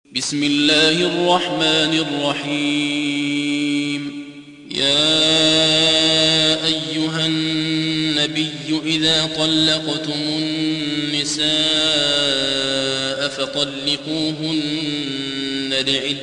بسم الله الرحمن الرحيم. يا أيها النبي إذا طلقتم النساء فطلقوهن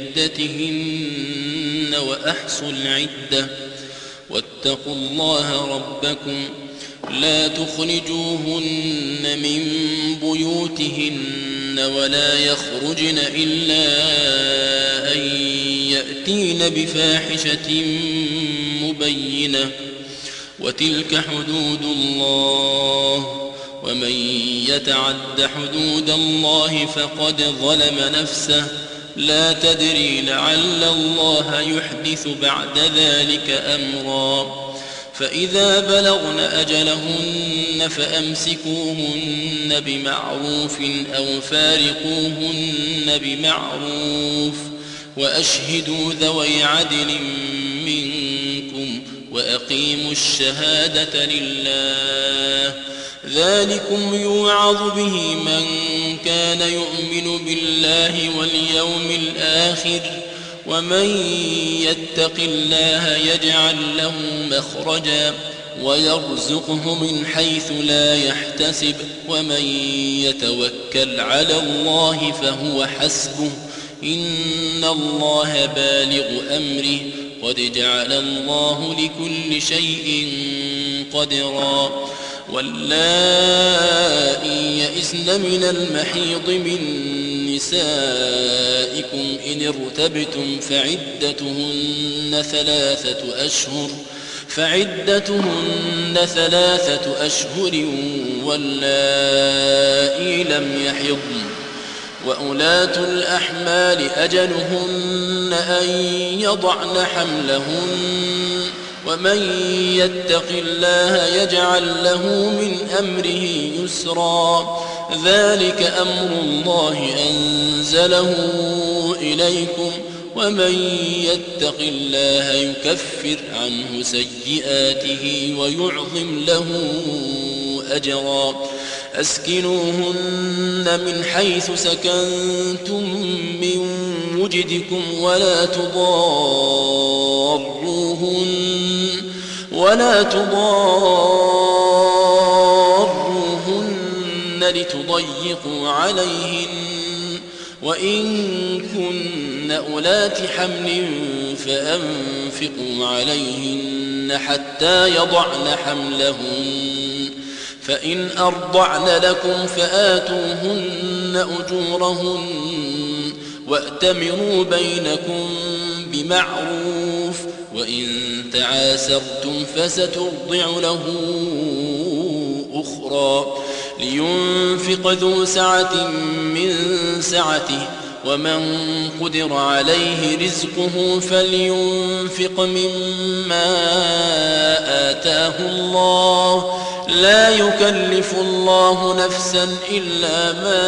لعدتهن وأحصوا العدة واتقوا الله ربكم لا تخرجوهن من بيوتهن ولا يخرجن إلا أن يأتين بفاحشة مبينة وتلك حدود الله ومن يتعد حدود الله فقد ظلم نفسه لا تدري لعل الله يحدث بعد ذلك أمرا. فإذا بلغن أجلهن فأمسكوهن بمعروف أو فارقوهن بمعروف وأشهدوا ذوي عدل منكم وأقيموا الشهادة لله ذلكم يوعظ به من كان يؤمن بالله واليوم الآخر ومن يتق الله يجعل له مخرجا ويرزقه من حيث لا يحتسب ومن يتوكل على الله فهو حسبه إن الله بالغ أمره قد جعل الله لكل شيء قدرا. واللائي يئسن من المحيض من نسائكم إن ارتبتم فعدتهن 3 أشهر واللائي لم يحضن وأولاة الأحمال أجلهن أن يضعن حملهن ومن يتق الله يجعل له من أمره يسرا ذلك أمر الله أنزله إليكم ومن يتق الله يكفر عنه سيئاته ويعظم له أجرا. أسكنوهن من حيث سكنتم من وجدكم ولا تضاروهن لتضيقوا عليهن وإن كن أولات حمل فأنفقوا عليهن حتى يضعن حملهن فإن أرضعن لكم فآتوهن أجورهن وأتمروا بينكم بمعروف وإن تعاسرتم فسترضع له أخرى لينفق ذو سعة من سعته ومن قدر عليه رزقه فلينفق مما آتاه الله لا يكلف الله نفسا إلا ما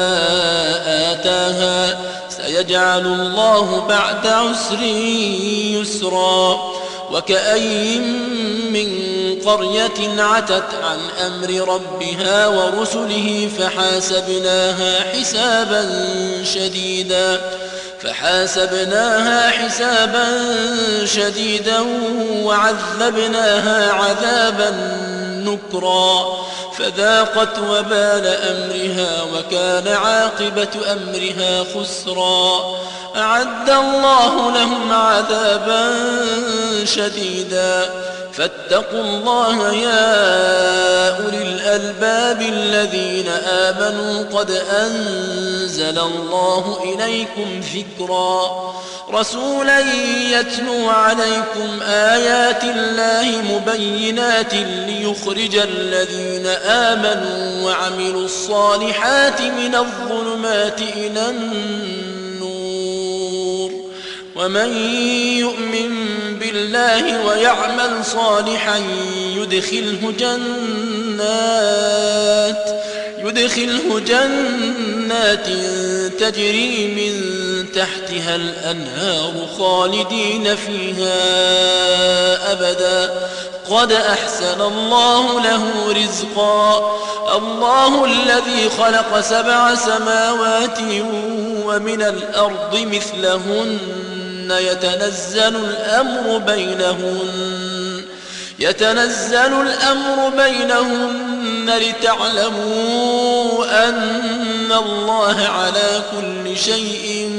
آتاها سيجعل الله بعد عسر يسرا. وكأين من قرية عتت عن أمر ربها ورسله فحاسبناها حسابا شديدا وعذبناها عذابا نكرا فذاقت وبال أمرها وكان عاقبة أمرها خسرا. أعد الله لهم عذابا شديدا فاتقوا الله يا أولي الألباب الذين آمنوا قد أنزل الله إليكم ذكرا رسولا يتلو عليكم آيات الله مبينات ليخرج الذين آمنوا وعملوا الصالحات من الظلمات إلى النور ومن يؤمن بالله ويعمل صالحا يدخله جنات تجري من تحتها الأنهار خالدين فيها أبدا قد أحسن الله له رزقا الله الذي خلق 7 سماوات ومن الأرض مثلهن يتنزل الأمر بينهن لتعلموا أن الله على كل شيء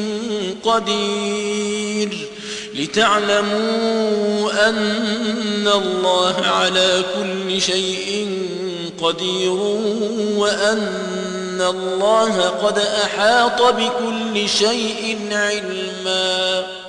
قدير وأن الله قد أحاط بكل شيء علما.